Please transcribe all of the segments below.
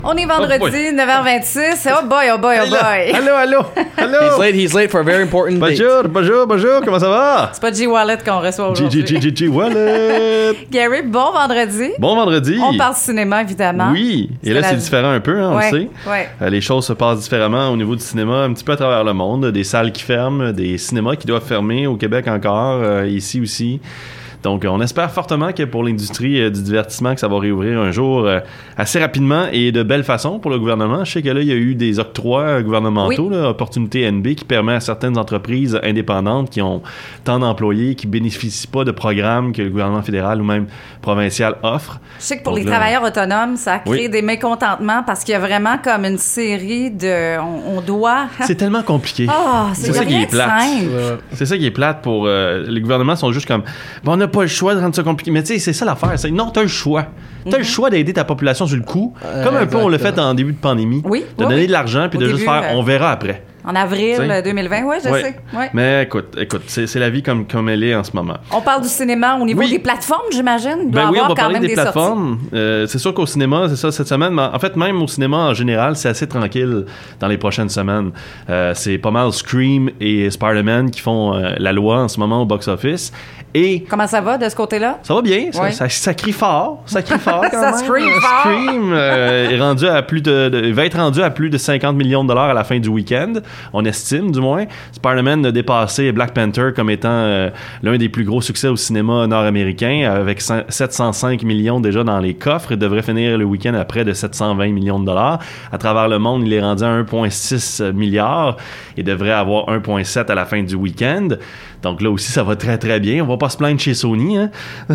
On est vendredi, 9h26. Oh boy, oh boy, oh boy. Allô. He's late for a very important date. Bonjour, comment ça va? C'est pas G Wallet qu'on reçoit aujourd'hui. G Wallet. Gary, bon vendredi. Bon vendredi. On parle cinéma, évidemment. Oui, et là, c'est différent un peu, hein, on le sait. Ouais. Les choses se passent différemment au niveau du cinéma, un petit peu à travers le monde. Des salles qui ferment, des cinémas qui doivent fermer au Québec encore, ici aussi. Donc, on espère fortement que pour l'industrie du divertissement, que ça va réouvrir un jour assez rapidement et de belle façon pour le gouvernement. Je sais que là, il y a eu des octrois gouvernementaux, là, Opportunité NB, qui permet à certaines entreprises indépendantes qui ont tant d'employés, qui bénéficient pas de programmes que le gouvernement fédéral ou même provincial offre. Je sais que pour les travailleurs autonomes, ça crée des mécontentements parce qu'il y a vraiment comme une série de... On doit... C'est tellement compliqué. C'est ça qui est plate. C'est ça qui est plate pour... les gouvernements sont juste comme... Bon, on n'a pas le choix de rendre ça compliqué. Mais tu sais, c'est ça l'affaire. Non, t'as le choix. T'as le choix d'aider ta population sur le coup, comme un peu on l'a fait en début de pandémie. Oui. De donner de l'argent puis de juste faire on verra après. En avril 2020, oui, je sais. Ouais. Mais écoute, c'est la vie comme elle est en ce moment. On parle du cinéma au niveau des plateformes, j'imagine. Il doit y avoir on va quand parler même des des plateformes. C'est sûr qu'au cinéma, c'est ça cette semaine. Mais en fait, même au cinéma en général, c'est assez tranquille dans les prochaines semaines. C'est pas mal Scream et Spider-Man qui font la loi en ce moment au box-office. Et comment ça va de ce côté-là? Ça va bien. Ça crie fort. Ça crie fort quand même. Ça scream fort. Scream est rendu à va être rendu à plus de 50 millions de dollars à la fin du week-end. On estime, du moins. Spider-Man a dépassé Black Panther comme étant l'un des plus gros succès au cinéma nord-américain, avec 705 millions déjà dans les coffres, et devrait finir le week-end à près de 720 millions de dollars. À travers le monde, il est rendu à 1,6 milliard et devrait avoir 1,7 à la fin du week-end. Donc là aussi, ça va très très bien. On va pas se plaindre chez Sony, hein?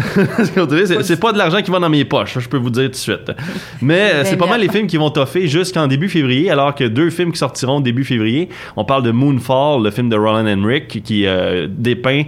c'est pas de l'argent qui va dans mes poches, je peux vous dire tout de suite. Mais c'est pas mal les films qui vont toffer jusqu'en début février, alors que 2 films qui sortiront début février. On parle de Moonfall, le film de Roland Emmerich, qui dépeint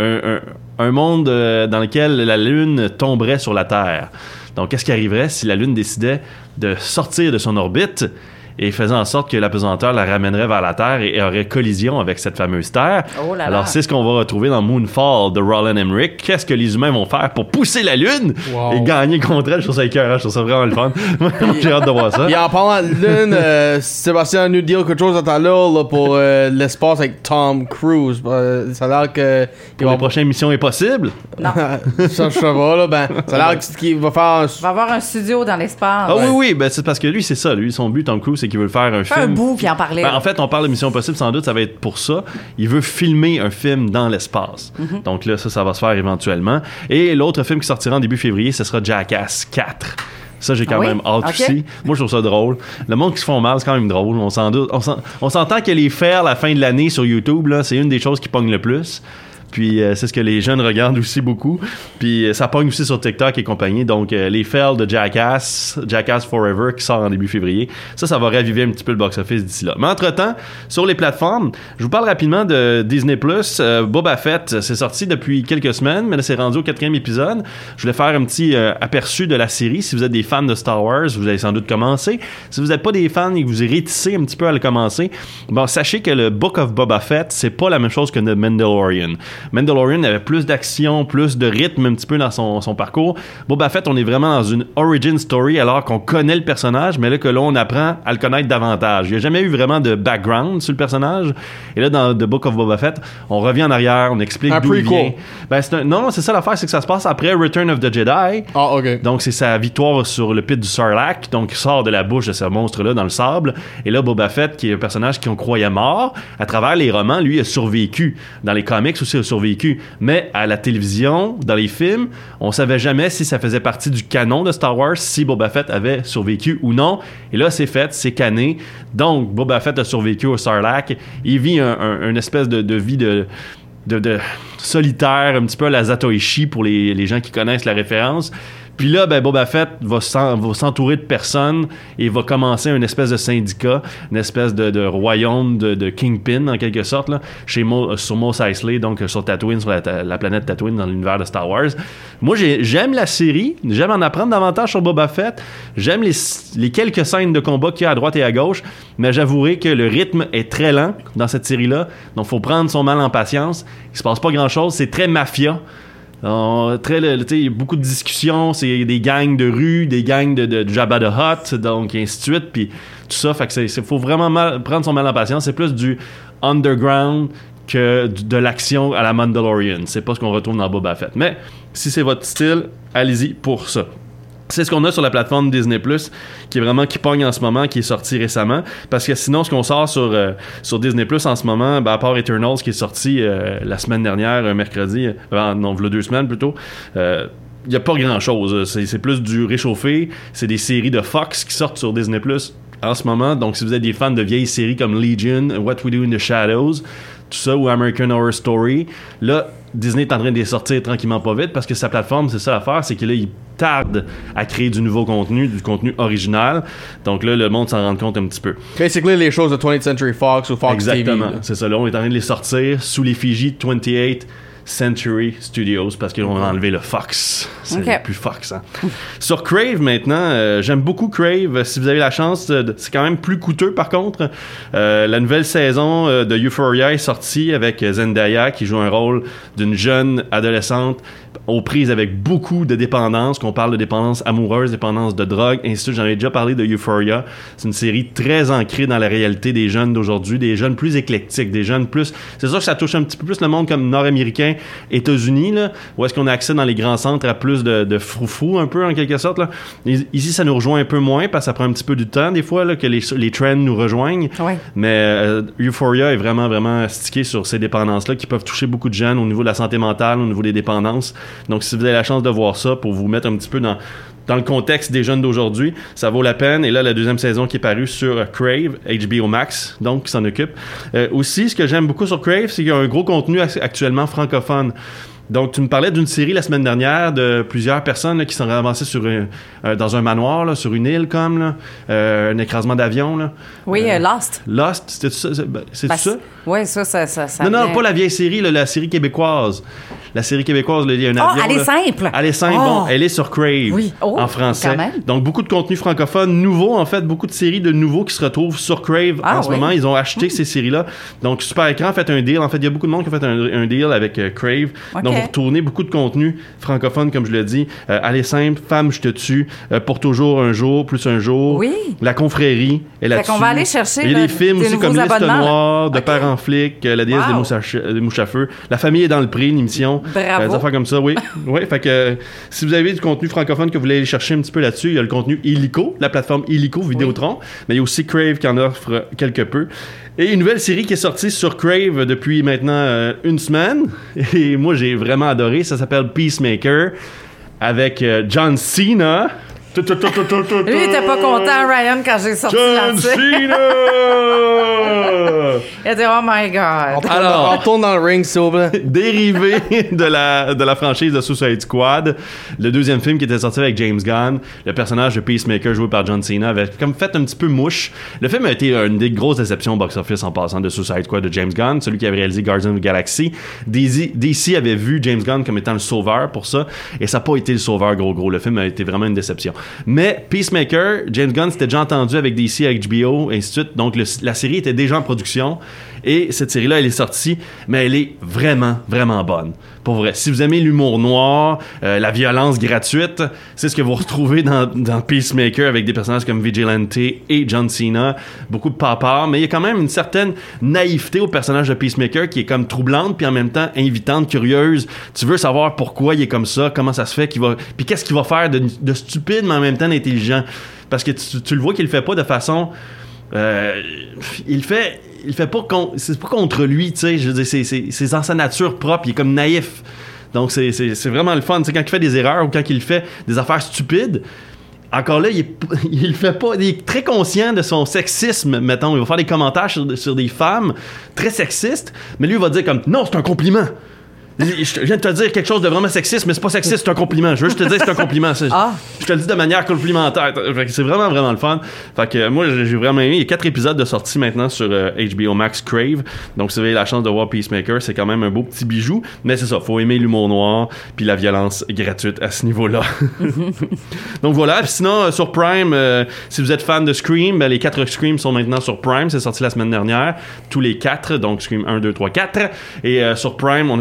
un monde dans lequel la Lune tomberait sur la Terre. Donc, qu'est-ce qui arriverait si la Lune décidait de sortir de son orbite et faisant en sorte que l'apesanteur la ramènerait vers la Terre et aurait collision avec cette fameuse Terre. Alors, c'est ce qu'on va retrouver dans Moonfall de Roland Emmerich. Qu'est-ce que les humains vont faire pour pousser la Lune et gagner contre elle? Je trouve ça écœurant, je trouve ça vraiment le fun. J'ai hâte de voir ça. Et en parlant de Lune, Sébastien nous dit quelque chose à tout là, pour l'espace avec Tom Cruise. Ça a l'air que... Pour la prochaine mission Impossible? Non. Ça, je sais pas, là. Ben, ça a l'air qu'il va faire... Il va avoir un studio dans l'espace. Ah oui, ben c'est parce que lui, c'est ça. Lui, son but, Tom Cruise, c'est qu'il veut faire un film. Un bout qui en parlait. En fait, on parle de Mission Impossible, sans doute, ça va être pour ça. Il veut filmer un film dans l'espace. Donc là, ça va se faire éventuellement. Et l'autre film qui sortira en début février, ce sera Jackass 4. Ça, j'ai quand même hâte aussi. Moi, je trouve ça drôle. Le monde qui se font mal, c'est quand même drôle. On s'entend que les fails à la fin de l'année sur YouTube, là, c'est une des choses qui pogne le plus. Puis c'est ce que les jeunes regardent aussi beaucoup. Puis ça pogne aussi sur TikTok et compagnie. Donc les fails de Jackass Forever qui sort en début février, ça va raviver un petit peu le box-office d'ici là. Mais entre-temps, sur les plateformes, je vous parle rapidement de Disney+. Boba Fett, c'est sorti depuis quelques semaines, mais là c'est rendu au 4e épisode. Je voulais faire un petit aperçu de la série. Si vous êtes des fans de Star Wars, vous allez sans doute commencer. Si vous n'êtes pas des fans et que vous réticez un petit peu à le commencer, bon, sachez que le Book of Boba Fett, c'est pas la même chose que The Mandalorian. Mandalorian avait plus d'action, plus de rythme un petit peu dans son parcours. Boba Fett, on est vraiment dans une origin story alors qu'on connaît le personnage, mais là que on apprend à le connaître davantage. Il n'y a jamais eu vraiment de background sur le personnage. Et là, dans The Book of Boba Fett, on revient en arrière, on explique d'où il vient. Ben, non, c'est ça l'affaire, c'est que ça se passe après Return of the Jedi. Ah, OK. Donc, c'est sa victoire sur le pit du Sarlacc. Donc, il sort de la bouche de ce monstre-là dans le sable. Et là, Boba Fett, qui est un personnage qu'on croyait mort, à travers les romans, lui, a survécu. Dans les comics aussi, survécu. Mais à la télévision, dans les films, on savait jamais si ça faisait partie du canon de Star Wars, si Boba Fett avait survécu ou non. Et là, c'est fait, c'est cané. Donc, Boba Fett a survécu au Sarlacc. Il vit une espèce de vie de solitaire, un petit peu à la Zatoichi pour les gens qui connaissent la référence. Puis là, ben, Boba Fett va s'entourer de personnes et va commencer une espèce de syndicat, une espèce de royaume de Kingpin, en quelque sorte, là, sur Mos Eisley, donc sur Tatooine, sur la planète Tatooine, dans l'univers de Star Wars. Moi, j'aime la série, j'aime en apprendre davantage sur Boba Fett, j'aime les quelques scènes de combat qu'il y a à droite et à gauche, mais j'avouerai que le rythme est très lent dans cette série-là, donc il faut prendre son mal en patience. Il se passe pas grand-chose, c'est très mafia. Il y a beaucoup de discussions, c'est des gangs de rue, des gangs de Jabba the Hutt, donc et ainsi de suite, puis tout ça, fait que faut vraiment prendre son mal en patience. C'est plus du underground que de l'action à la Mandalorian. C'est pas ce qu'on retrouve dans Boba Fett. Mais si c'est votre style, allez-y pour ça. C'est ce qu'on a sur la plateforme Disney+, qui pogne en ce moment, qui est sorti récemment. Parce que sinon, ce qu'on sort sur Disney+, en ce moment, à part Eternals, qui est sorti la semaine dernière, mercredi, non, il y a 2 semaines plutôt, il n'y a pas grand-chose. C'est plus du réchauffé. C'est des séries de Fox qui sortent sur Disney+, en ce moment. Donc, si vous êtes des fans de vieilles séries comme Legion, What We Do in the Shadows, tout ça, ou American Horror Story, là, Disney est en train de les sortir tranquillement pas vite parce que sa plateforme, c'est ça l'affaire, c'est que là, il tarde à créer du nouveau contenu, du contenu original. Donc là, le monde s'en rend compte un petit peu. Basically, les choses de 20th Century Fox ou Fox Exactement. TV. C'est ça, là, on est en train de les sortir sous l'effigie de 28th Century Studios parce qu'ils ont enlevé le Fox. C'est plus Fox. Hein? Sur Crave maintenant, j'aime beaucoup Crave. Si vous avez la chance, c'est quand même plus coûteux par contre. La nouvelle saison de Euphoria est sortie avec Zendaya qui joue un rôle d'une jeune adolescente aux prises avec beaucoup de dépendance, qu'on parle de dépendance amoureuse, dépendance de drogue, ainsi de suite. J'en ai déjà parlé de Euphoria. C'est une série très ancrée dans la réalité des jeunes d'aujourd'hui, des jeunes plus éclectiques, des jeunes plus... C'est sûr que ça touche un petit peu plus le monde comme nord-américain, États-Unis, là, où est-ce qu'on a accès dans les grands centres à plus de froufrou, un peu, en quelque sorte. Là. Ici, ça nous rejoint un peu moins, parce que ça prend un petit peu du temps, des fois, là, que les trends nous rejoignent. Ouais. Mais Euphoria est vraiment, vraiment stické sur ces dépendances-là qui peuvent toucher beaucoup de jeunes au niveau de la santé mentale, au niveau des dépendances. Donc, si vous avez la chance de voir ça pour vous mettre un petit peu dans le contexte des jeunes d'aujourd'hui, ça vaut la peine. Et là, la 2e saison qui est parue sur Crave, HBO Max, donc qui s'en occupe. Aussi, ce que j'aime beaucoup sur Crave, c'est qu'il y a un gros contenu actuellement francophone. Donc, tu me parlais d'une série la semaine dernière de plusieurs personnes là, qui sont avancées dans un manoir, là, sur une île, comme là, un écrasement d'avion. Là. Oui, Lost. Lost, c'était ça? C'est ça? Oui, ça Non, pas la vieille série, là, la série québécoise. La série québécoise, il y a un avion. Elle est simple. Elle est simple, bon, elle est sur Crave, en français. Quand même. Donc, beaucoup de contenu francophone, nouveau, en fait, beaucoup de séries de nouveaux qui se retrouvent sur Crave en ce moment. Ils ont acheté ces séries-là. Donc, Super Écran a fait un deal. En fait, il y a beaucoup de monde qui a fait un deal avec Crave. Okay. Donc, vous retournez beaucoup de contenu francophone, comme je l'ai dit. Elle est simple, Femme, je te tue, Pour toujours un jour, plus un jour. Oui. La confrérie est là-dessus. Fait qu'on va aller chercher il y a des films aussi comme Liste Noire, De Père en flic, La déesse des mouches à feu. La famille est dans le prix, l'émission. Bravo. Des affaires comme ça, oui. Oui, fait que si vous avez du contenu francophone que vous voulez aller chercher un petit peu là-dessus, il y a le contenu Illico, la plateforme Illico Vidéotron, mais il y a aussi Crave qui en offre quelque peu. Et une nouvelle série qui est sortie sur Crave depuis maintenant 1 semaine, et moi j'ai vraiment adoré, ça s'appelle Peacemaker, avec John Cena. Lui, il était pas content, Ryan, quand j'ai sorti là-dessus. John Cena! Il a dit, oh my God. Alors, on retourne dans le ring, s'il vous plaît. Dérivé de la franchise de Suicide Squad, le 2e film qui était sorti avec James Gunn, le personnage de Peacemaker joué par John Cena avait comme fait un petit peu mouche. Le film a été une des grosses déceptions au box-office en passant de Suicide Squad de James Gunn, celui qui avait réalisé Guardians of the Galaxy. DC avait vu James Gunn comme étant le sauveur pour ça, et ça n'a pas été le sauveur gros. Le film a été vraiment une déception. Mais Peacemaker, James Gunn s'était déjà entendu avec DC, HBO, et ainsi de suite. Donc la série était déjà en production. Et cette série-là, elle est sortie, mais elle est vraiment, vraiment bonne. Pour vrai. Si vous aimez l'humour noir, la violence gratuite, c'est ce que vous retrouvez dans Peacemaker avec des personnages comme Vigilante et John Cena. Beaucoup de papas, mais il y a quand même une certaine naïveté au personnage de Peacemaker qui est comme troublante, puis en même temps invitante, curieuse. Tu veux savoir pourquoi il est comme ça, comment ça se fait, puis qu'est-ce qu'il va faire de stupide, mais en même temps d'intelligent. Parce que tu le vois qu'il le fait pas de façon... il fait pas c'est pas contre lui, tu sais, je veux dire, c'est dans sa nature propre, il est comme naïf, donc c'est vraiment le fun, tu sais, quand il fait des erreurs ou quand il fait des affaires stupides, encore là, il fait pas, il est très conscient de son sexisme, mettons, il va faire des commentaires sur des femmes très sexistes, mais lui il va dire comme, non, c'est un compliment. Je viens de te dire quelque chose de vraiment sexiste, mais c'est pas sexiste, c'est un compliment. Je veux juste te dire que c'est un compliment. Je te le dis de manière complimentaire. Fait que c'est vraiment, vraiment le fun. Fait que moi, j'ai vraiment aimé. Il y a 4 épisodes de sortie maintenant sur HBO Max Crave. Donc, si vous avez la chance de voir Peacemaker, c'est quand même un beau petit bijou. Mais c'est ça, faut aimer l'humour noir puis la violence gratuite à ce niveau-là. Donc voilà. Puis sinon, sur Prime, si vous êtes fan de Scream, les 4 Scream sont maintenant sur Prime. C'est sorti la semaine dernière. Tous les 4. Donc, Scream 1, 2, 3, 4. Et sur Prime, on a sorti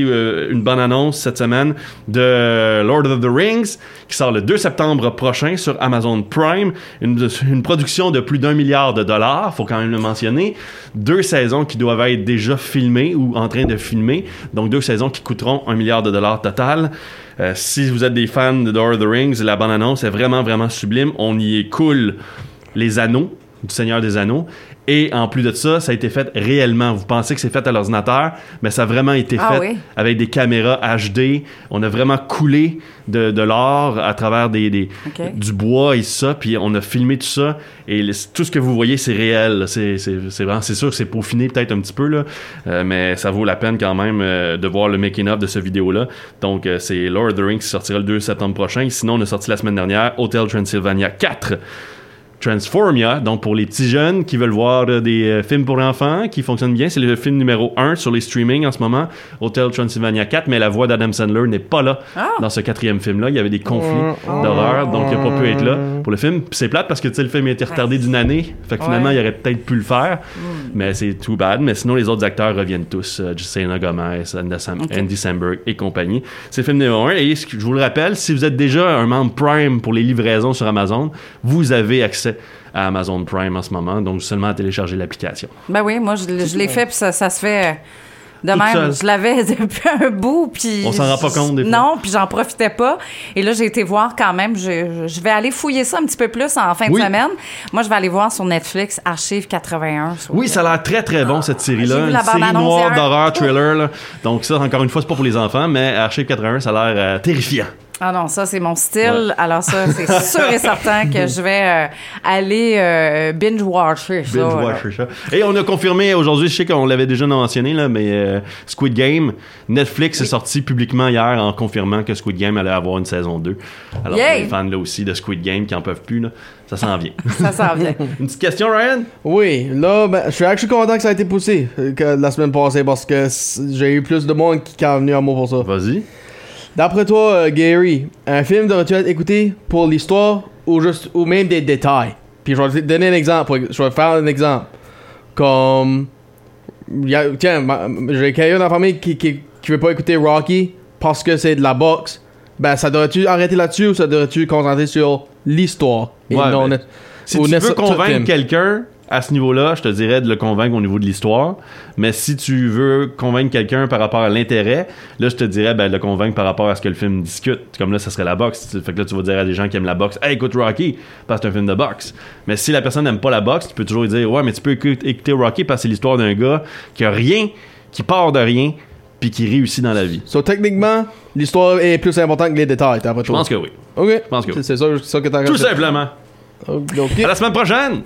une bonne annonce cette semaine de Lord of the Rings qui sort le 2 septembre prochain sur Amazon Prime. Une production de plus d'$1 milliard, faut quand même le mentionner. 2 saisons qui doivent être déjà filmées ou en train de filmer. Donc 2 saisons qui coûteront $1 milliard total. Si vous êtes des fans de Lord of the Rings, la bonne annonce est vraiment, vraiment sublime. On y écoule les anneaux du Seigneur des Anneaux. Et en plus de ça, ça a été fait réellement. Vous pensez que c'est fait à l'ordinateur, mais ça a vraiment été fait avec des caméras HD. On a vraiment coulé de l'or à travers du bois et ça, puis on a filmé tout ça. Et tout ce que vous voyez, c'est réel. C'est sûr que c'est peaufiné peut-être un petit peu, là, mais ça vaut la peine quand même de voir le making-of de cette vidéo-là. Donc, c'est Lord of the Rings qui sortira le 2 septembre prochain. Sinon, on a sorti la semaine dernière Hotel Transylvania 4. Transformia, donc pour les petits jeunes qui veulent voir des films pour enfants qui fonctionnent bien, c'est le film numéro 1 sur les streamings en ce moment, Hotel Transylvania 4, mais la voix d'Adam Sandler n'est pas là dans ce 4e film-là. Il y avait des conflits d'horreur, donc il n'a pas pu être là pour le film. Puis c'est plate parce que le film a été retardé d'une année, fait que finalement il aurait peut-être pu le faire, mais c'est too bad. Mais sinon les autres acteurs reviennent tous, Selena Gomez, Andy Samberg et compagnie. C'est le film numéro 1 et je vous le rappelle, si vous êtes déjà un membre Prime pour les livraisons sur Amazon, vous avez accès à Amazon Prime en ce moment, donc seulement à télécharger l'application. Ben oui, moi je l'ai fait puis ça se fait de même. Je l'avais depuis un bout puis on s'en rend pas compte des fois. Non, puis j'en profitais pas. Et là j'ai été voir quand même. Je vais aller fouiller ça un petit peu plus en fin de semaine. Moi je vais aller voir sur Netflix Archive 81. Oui, ça a l'air très très bon cette série-là. J'ai vu une série noire d'horreur thriller. Là. Donc ça, encore une fois, c'est pas pour les enfants, mais Archive 81, ça a l'air terrifiant. Ah non, ça, c'est mon style. Ouais. Alors ça, c'est sûr et certain que je vais aller binge-watcher ça. Binge-watcher ça. Et on a confirmé aujourd'hui, je sais qu'on l'avait déjà mentionné, là, mais Squid Game, Netflix est sorti publiquement hier en confirmant que Squid Game allait avoir une saison 2. Alors pour les fans là aussi de Squid Game qui en peuvent plus, là, ça s'en vient. Ça s'en vient. Une petite question, Ryan? Oui, là, je suis actually content que ça a été poussé que la semaine passée parce que j'ai eu plus de monde qui est venu à moi pour ça. Vas-y. D'après toi, Gary, un film devrait-tu être écouté pour l'histoire ou même des détails? Puis je vais te donner un exemple. Je vais faire un exemple. Comme... Tiens, j'ai quelqu'un dans la famille qui veut pas écouter Rocky parce que c'est de la boxe. Ben, ça devrait-tu arrêter là-dessus ou ça devrait-tu concentrer sur l'histoire? Si tu veux convaincre quelqu'un à ce niveau-là, je te dirais de le convaincre au niveau de l'histoire. Mais si tu veux convaincre quelqu'un par rapport à l'intérêt, là, je te dirais de le convaincre par rapport à ce que le film discute. Comme là, ça serait la boxe. Fait que là, tu vas dire à des gens qui aiment la boxe, « Hey, écoute Rocky, parce que c'est un film de boxe. » Mais si la personne n'aime pas la boxe, tu peux toujours lui dire, « Ouais, mais tu peux écouter Rocky parce que c'est l'histoire d'un gars qui a rien, qui part de rien, puis qui réussit dans la vie. » So, techniquement, l'histoire est plus importante que les détails. Je pense que oui. OK. Je pense que oui. C'est ça que t'as Tout simplement. Okay. À la semaine prochaine!